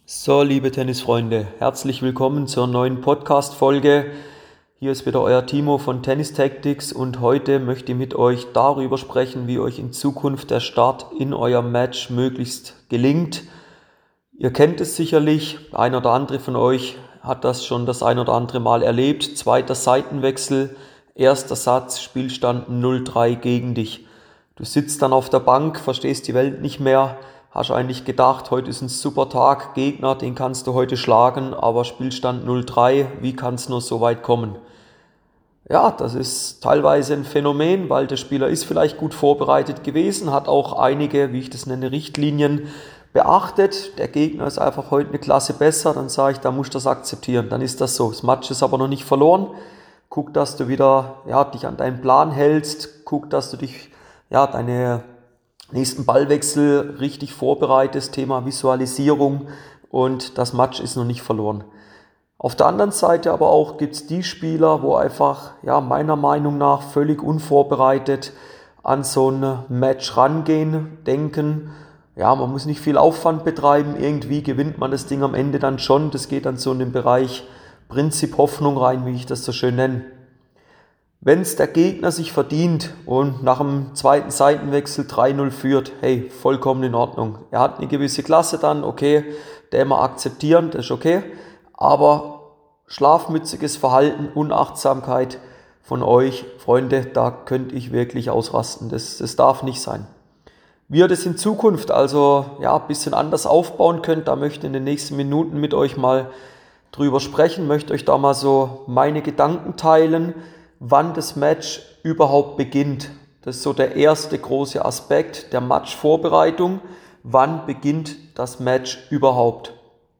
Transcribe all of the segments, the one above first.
So, liebe Tennisfreunde, herzlich willkommen zur neuen Podcast-Folge. Hier ist wieder euer Timo von Tennis Tactics und heute möchte ich mit euch darüber sprechen, wie euch in Zukunft der Start in euer Match möglichst gelingt. Ihr kennt es sicherlich, ein oder andere von euch hat das schon das ein oder andere Mal erlebt. Zweiter Seitenwechsel, erster Satz, Spielstand 0-3 gegen dich. Du sitzt dann auf der Bank, verstehst die Welt nicht mehr, hast eigentlich gedacht, heute ist ein super Tag, Gegner, den kannst du heute schlagen, aber Spielstand 0-3, wie kann es nur so weit kommen? Ja, das ist teilweise ein Phänomen, weil der Spieler ist vielleicht gut vorbereitet gewesen, hat auch einige, wie ich das nenne, Richtlinien beachtet. Der Gegner ist einfach heute eine Klasse besser, dann sage ich, da musst du das akzeptieren, dann ist das so. Das Match ist aber noch nicht verloren. Guck, dass du wieder dich an deinen Plan hältst, guck, dass du dich deine nächsten Ballwechsel richtig vorbereitest, Thema Visualisierung, und das Match ist noch nicht verloren. Auf der anderen Seite aber auch gibt es die Spieler, wo einfach meiner Meinung nach völlig unvorbereitet an so ein Match rangehen, denken, man muss nicht viel Aufwand betreiben, irgendwie gewinnt man das Ding am Ende dann schon. Das geht dann so in den Bereich Prinzip Hoffnung rein, wie ich das so schön nenne. Wenn es der Gegner sich verdient und nach dem zweiten Seitenwechsel 3-0 führt, hey, vollkommen in Ordnung. Er hat eine gewisse Klasse dann, okay, der wir akzeptieren, das ist okay. Aber schlafmütziges Verhalten, Unachtsamkeit von euch, Freunde, da könnte ich wirklich ausrasten. Das darf nicht sein. Wie ihr das in Zukunft also ein bisschen anders aufbauen könnt, da möchte ich in den nächsten Minuten mit euch mal drüber sprechen, möchte euch da mal so meine Gedanken teilen, wann das Match überhaupt beginnt. Das ist so der erste große Aspekt der Matchvorbereitung. Wann beginnt das Match überhaupt?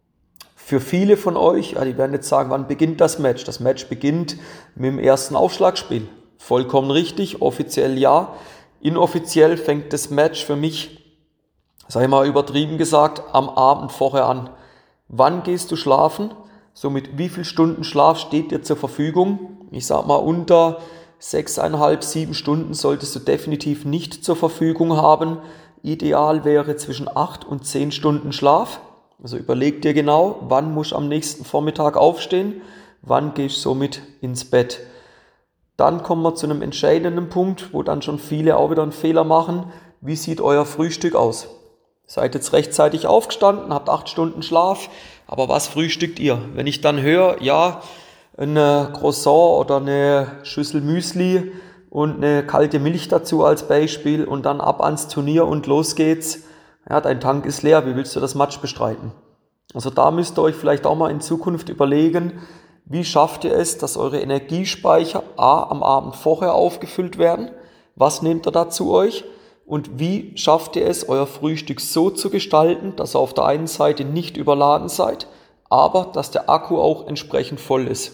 Für viele von euch, die werden jetzt sagen, wann beginnt das Match? Das Match beginnt mit dem ersten Aufschlagspiel. Vollkommen richtig, offiziell ja. Inoffiziell fängt das Match für mich, sag ich mal übertrieben gesagt, am Abend vorher an. Wann gehst du schlafen? Somit wie viel Stunden Schlaf steht dir zur Verfügung? Ich sag mal, unter 6,5, 7 Stunden solltest du definitiv nicht zur Verfügung haben. Ideal wäre zwischen 8 und 10 Stunden Schlaf. Also überleg dir genau, wann musst du am nächsten Vormittag aufstehen, wann gehst du somit ins Bett. Dann kommen wir zu einem entscheidenden Punkt, wo dann schon viele auch wieder einen Fehler machen. Wie sieht euer Frühstück aus? Seid jetzt rechtzeitig aufgestanden, habt 8 Stunden Schlaf, aber was frühstückt ihr? Wenn ich dann höre, ein Croissant oder eine Schüssel Müsli und eine kalte Milch dazu als Beispiel und dann ab ans Turnier und los geht's. Ja, dein Tank ist leer, wie willst du das Match bestreiten? Also da müsst ihr euch vielleicht auch mal in Zukunft überlegen, wie schafft ihr es, dass eure Energiespeicher am Abend vorher aufgefüllt werden? Was nehmt ihr da zu euch? Und wie schafft ihr es, euer Frühstück so zu gestalten, dass ihr auf der einen Seite nicht überladen seid, aber dass der Akku auch entsprechend voll ist?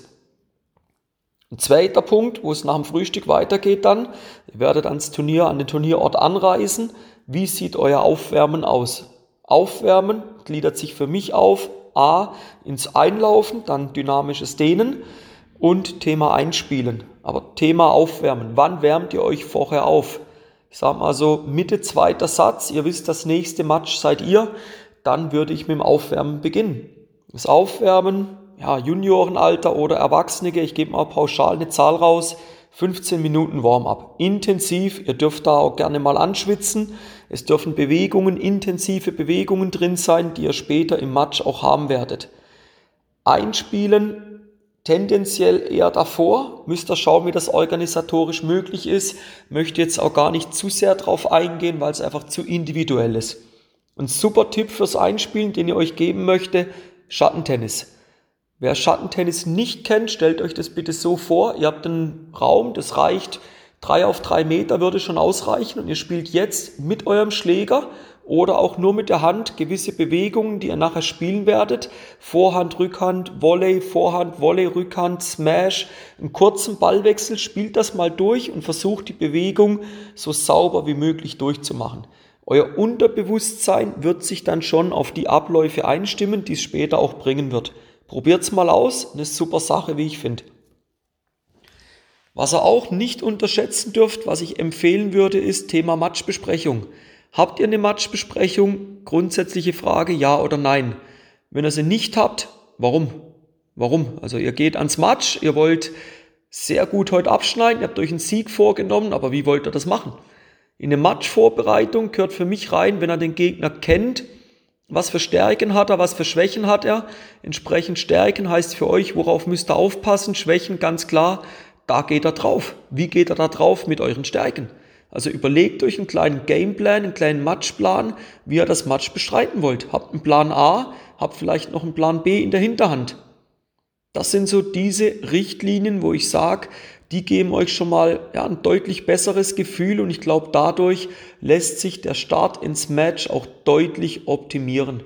Ein zweiter Punkt, wo es nach dem Frühstück weitergeht dann, ihr werdet an den Turnierort anreisen. Wie sieht euer Aufwärmen aus? Aufwärmen gliedert sich für mich auf, ins Einlaufen, dann dynamisches Dehnen und Thema Einspielen. Aber Thema Aufwärmen, wann wärmt ihr euch vorher auf? Ich sage mal so Mitte zweiter Satz, ihr wisst, das nächste Match seid ihr, dann würde ich mit dem Aufwärmen beginnen. Das Aufwärmen, Juniorenalter oder Erwachsene, ich gebe mal pauschal eine Zahl raus, 15 Minuten Warm-up. Intensiv, ihr dürft da auch gerne mal anschwitzen. Es dürfen intensive Bewegungen drin sein, die ihr später im Match auch haben werdet. Einspielen tendenziell eher davor, müsst ihr schauen, wie das organisatorisch möglich ist. Möchte jetzt auch gar nicht zu sehr drauf eingehen, weil es einfach zu individuell ist. Ein super Tipp fürs Einspielen, den ich euch geben möchte, Schattentennis. Wer Schattentennis nicht kennt, stellt euch das bitte so vor, ihr habt einen Raum, das reicht, 3 auf 3 Meter würde schon ausreichen und ihr spielt jetzt mit eurem Schläger oder auch nur mit der Hand gewisse Bewegungen, die ihr nachher spielen werdet. Vorhand, Rückhand, Volley, Vorhand, Volley, Rückhand, Smash, einen kurzen Ballwechsel, spielt das mal durch und versucht die Bewegung so sauber wie möglich durchzumachen. Euer Unterbewusstsein wird sich dann schon auf die Abläufe einstimmen, die es später auch bringen wird. Probiert's mal aus, eine super Sache, wie ich finde. Was ihr auch nicht unterschätzen dürft, was ich empfehlen würde, ist Thema Matchbesprechung. Habt ihr eine Matchbesprechung? Grundsätzliche Frage, ja oder nein. Wenn ihr sie nicht habt, warum? Warum? Also ihr geht ans Match, ihr wollt sehr gut heute abschneiden, ihr habt euch einen Sieg vorgenommen, aber wie wollt ihr das machen? In eine Matchvorbereitung gehört für mich rein, wenn er den Gegner kennt, was für Stärken hat er, was für Schwächen hat er. Entsprechend Stärken heißt für euch, worauf müsst ihr aufpassen, Schwächen ganz klar, da geht er drauf. Wie geht er da drauf mit euren Stärken? Also überlegt euch einen kleinen Gameplan, einen kleinen Matchplan, wie ihr das Match bestreiten wollt. Habt einen Plan A, habt vielleicht noch einen Plan B in der Hinterhand. Das sind so diese Richtlinien, wo ich sage, die geben euch schon mal ein deutlich besseres Gefühl und ich glaube, dadurch lässt sich der Start ins Match auch deutlich optimieren.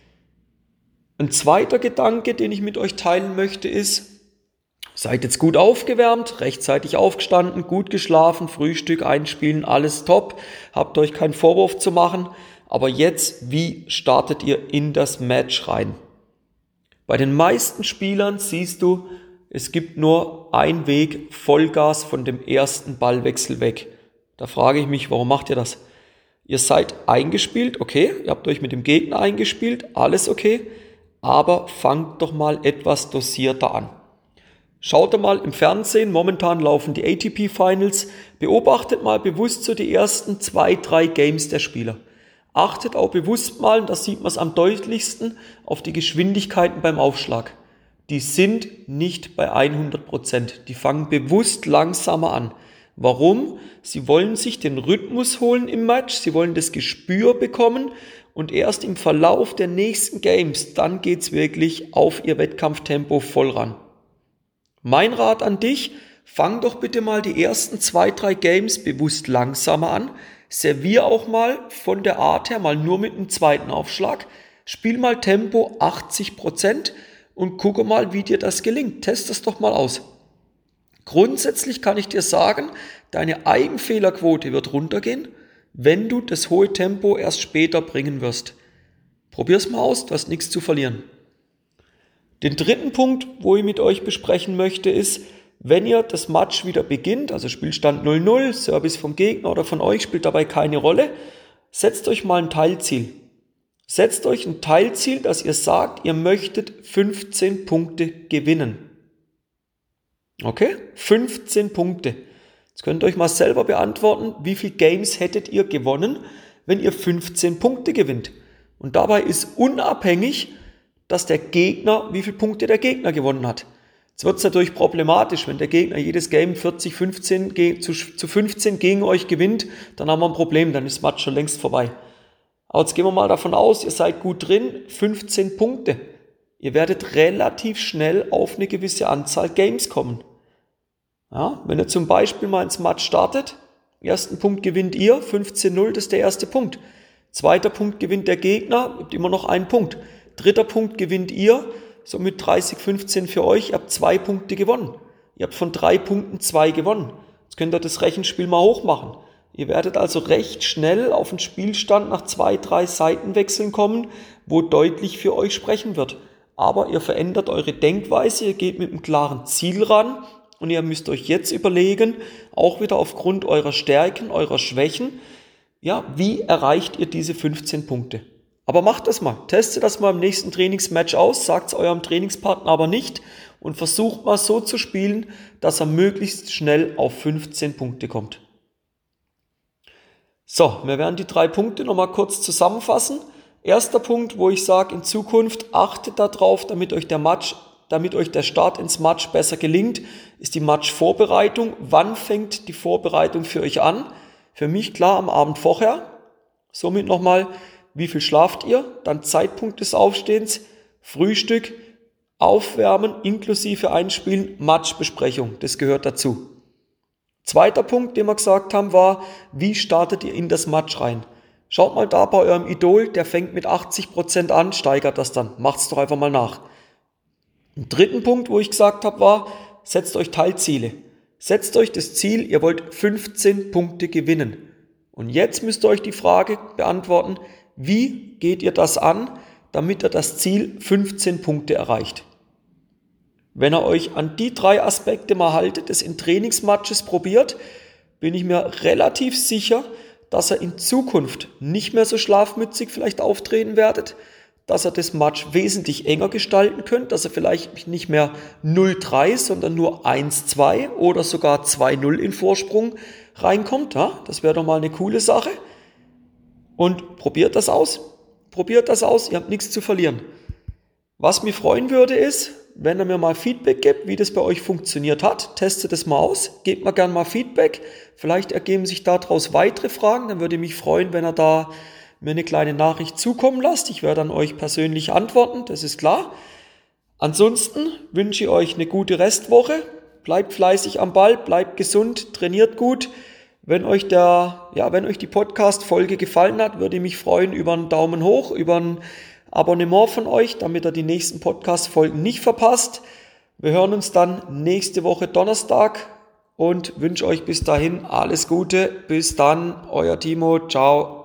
Ein zweiter Gedanke, den ich mit euch teilen möchte, ist, seid jetzt gut aufgewärmt, rechtzeitig aufgestanden, gut geschlafen, Frühstück einspielen, alles top, habt euch keinen Vorwurf zu machen, aber jetzt, wie startet ihr in das Match rein? Bei den meisten Spielern siehst du, es gibt nur einen Weg, Vollgas von dem ersten Ballwechsel weg. Da frage ich mich, warum macht ihr das? Ihr seid eingespielt, okay, ihr habt euch mit dem Gegner eingespielt, alles okay, aber fangt doch mal etwas dosierter an. Schaut mal im Fernsehen, momentan laufen die ATP Finals, beobachtet mal bewusst so die ersten 2-3 Games der Spieler. Achtet auch bewusst mal, das sieht man es am deutlichsten, auf die Geschwindigkeiten beim Aufschlag. Die sind nicht bei 100%. Die fangen bewusst langsamer an. Warum? Sie wollen sich den Rhythmus holen im Match, sie wollen das Gespür bekommen und erst im Verlauf der nächsten Games, dann geht's wirklich auf ihr Wettkampftempo voll ran. Mein Rat an dich, fang doch bitte mal die ersten 2-3 Games bewusst langsamer an. Servier auch mal von der Art her mal nur mit einem zweiten Aufschlag. Spiel mal Tempo 80% und gucke mal, wie dir das gelingt. Test das doch mal aus. Grundsätzlich kann ich dir sagen, deine Eigenfehlerquote wird runtergehen, wenn du das hohe Tempo erst später bringen wirst. Probier's mal aus, du hast nichts zu verlieren. Den dritten Punkt, wo ich mit euch besprechen möchte, ist, wenn ihr das Match wieder beginnt, also Spielstand 0-0, Service vom Gegner oder von euch spielt dabei keine Rolle, setzt euch mal ein Teilziel. Setzt euch ein Teilziel, dass ihr sagt, ihr möchtet 15 Punkte gewinnen. Okay? 15 Punkte. Jetzt könnt ihr euch mal selber beantworten, wie viele Games hättet ihr gewonnen, wenn ihr 15 Punkte gewinnt. Und dabei ist unabhängig, dass der Gegner, wie viele Punkte der Gegner gewonnen hat. Jetzt wird es natürlich problematisch, wenn der Gegner jedes Game 40-15 zu 15 gegen euch gewinnt, dann haben wir ein Problem, dann ist das Match schon längst vorbei. Aber jetzt gehen wir mal davon aus, ihr seid gut drin, 15 Punkte. Ihr werdet relativ schnell auf eine gewisse Anzahl Games kommen. Ja, wenn ihr zum Beispiel mal ins Match startet, ersten Punkt gewinnt ihr, 15-0, das ist der erste Punkt. Zweiter Punkt gewinnt der Gegner, ihr habt immer noch einen Punkt. Dritter Punkt gewinnt ihr, somit 30-15 für euch, ihr habt 2 Punkte gewonnen. Ihr habt von 3 Punkten 2 gewonnen. Jetzt könnt ihr das Rechenspiel mal hochmachen. Ihr werdet also recht schnell auf den Spielstand nach 2-3 Seitenwechseln kommen, wo deutlich für euch sprechen wird. Aber ihr verändert eure Denkweise, ihr geht mit einem klaren Ziel ran und ihr müsst euch jetzt überlegen, auch wieder aufgrund eurer Stärken, eurer Schwächen, ja, wie erreicht ihr diese 15 Punkte? Aber macht das mal, testet das mal im nächsten Trainingsmatch aus, sagt es eurem Trainingspartner aber nicht und versucht mal so zu spielen, dass er möglichst schnell auf 15 Punkte kommt. So, wir werden die 3 Punkte nochmal kurz zusammenfassen. Erster Punkt, wo ich sage, in Zukunft achtet darauf, damit euch der Start ins Match besser gelingt, ist die Matchvorbereitung. Wann fängt die Vorbereitung für euch an? Für mich klar am Abend vorher. Somit nochmal, wie viel schlaft ihr? Dann Zeitpunkt des Aufstehens, Frühstück, Aufwärmen inklusive Einspielen, Matchbesprechung. Das gehört dazu. Zweiter Punkt, den wir gesagt haben, war, wie startet ihr in das Match rein? Schaut mal da bei eurem Idol, der fängt mit 80% an, steigert das dann. Macht's doch einfach mal nach. Im dritten Punkt, wo ich gesagt habe, war, setzt euch Teilziele. Setzt euch das Ziel, ihr wollt 15 Punkte gewinnen. Und jetzt müsst ihr euch die Frage beantworten, wie geht ihr das an, damit ihr das Ziel 15 Punkte erreicht? Wenn ihr euch an die 3 Aspekte mal haltet, das in Trainingsmatches probiert, bin ich mir relativ sicher, dass ihr in Zukunft nicht mehr so schlafmützig vielleicht auftreten werdet, dass ihr das Match wesentlich enger gestalten könnt, dass ihr vielleicht nicht mehr 0-3, sondern nur 1-2 oder sogar 2-0 in Vorsprung reinkommt. Ja? Das wäre doch mal eine coole Sache. Und probiert das aus. Probiert das aus, ihr habt nichts zu verlieren. Was mich freuen würde ist, wenn ihr mir mal Feedback gebt, wie das bei euch funktioniert hat. Testet es mal aus, gebt mir gerne mal Feedback. Vielleicht ergeben sich daraus weitere Fragen. Dann würde ich mich freuen, wenn ihr da mir eine kleine Nachricht zukommen lasst. Ich werde dann euch persönlich antworten, das ist klar. Ansonsten wünsche ich euch eine gute Restwoche. Bleibt fleißig am Ball, bleibt gesund, trainiert gut. Wenn euch die Podcast-Folge gefallen hat, würde ich mich freuen über einen Daumen hoch, über ein Abonnement von euch, damit ihr die nächsten Podcast-Folgen nicht verpasst. Wir hören uns dann nächste Woche Donnerstag und wünsche euch bis dahin alles Gute. Bis dann, euer Timo. Ciao.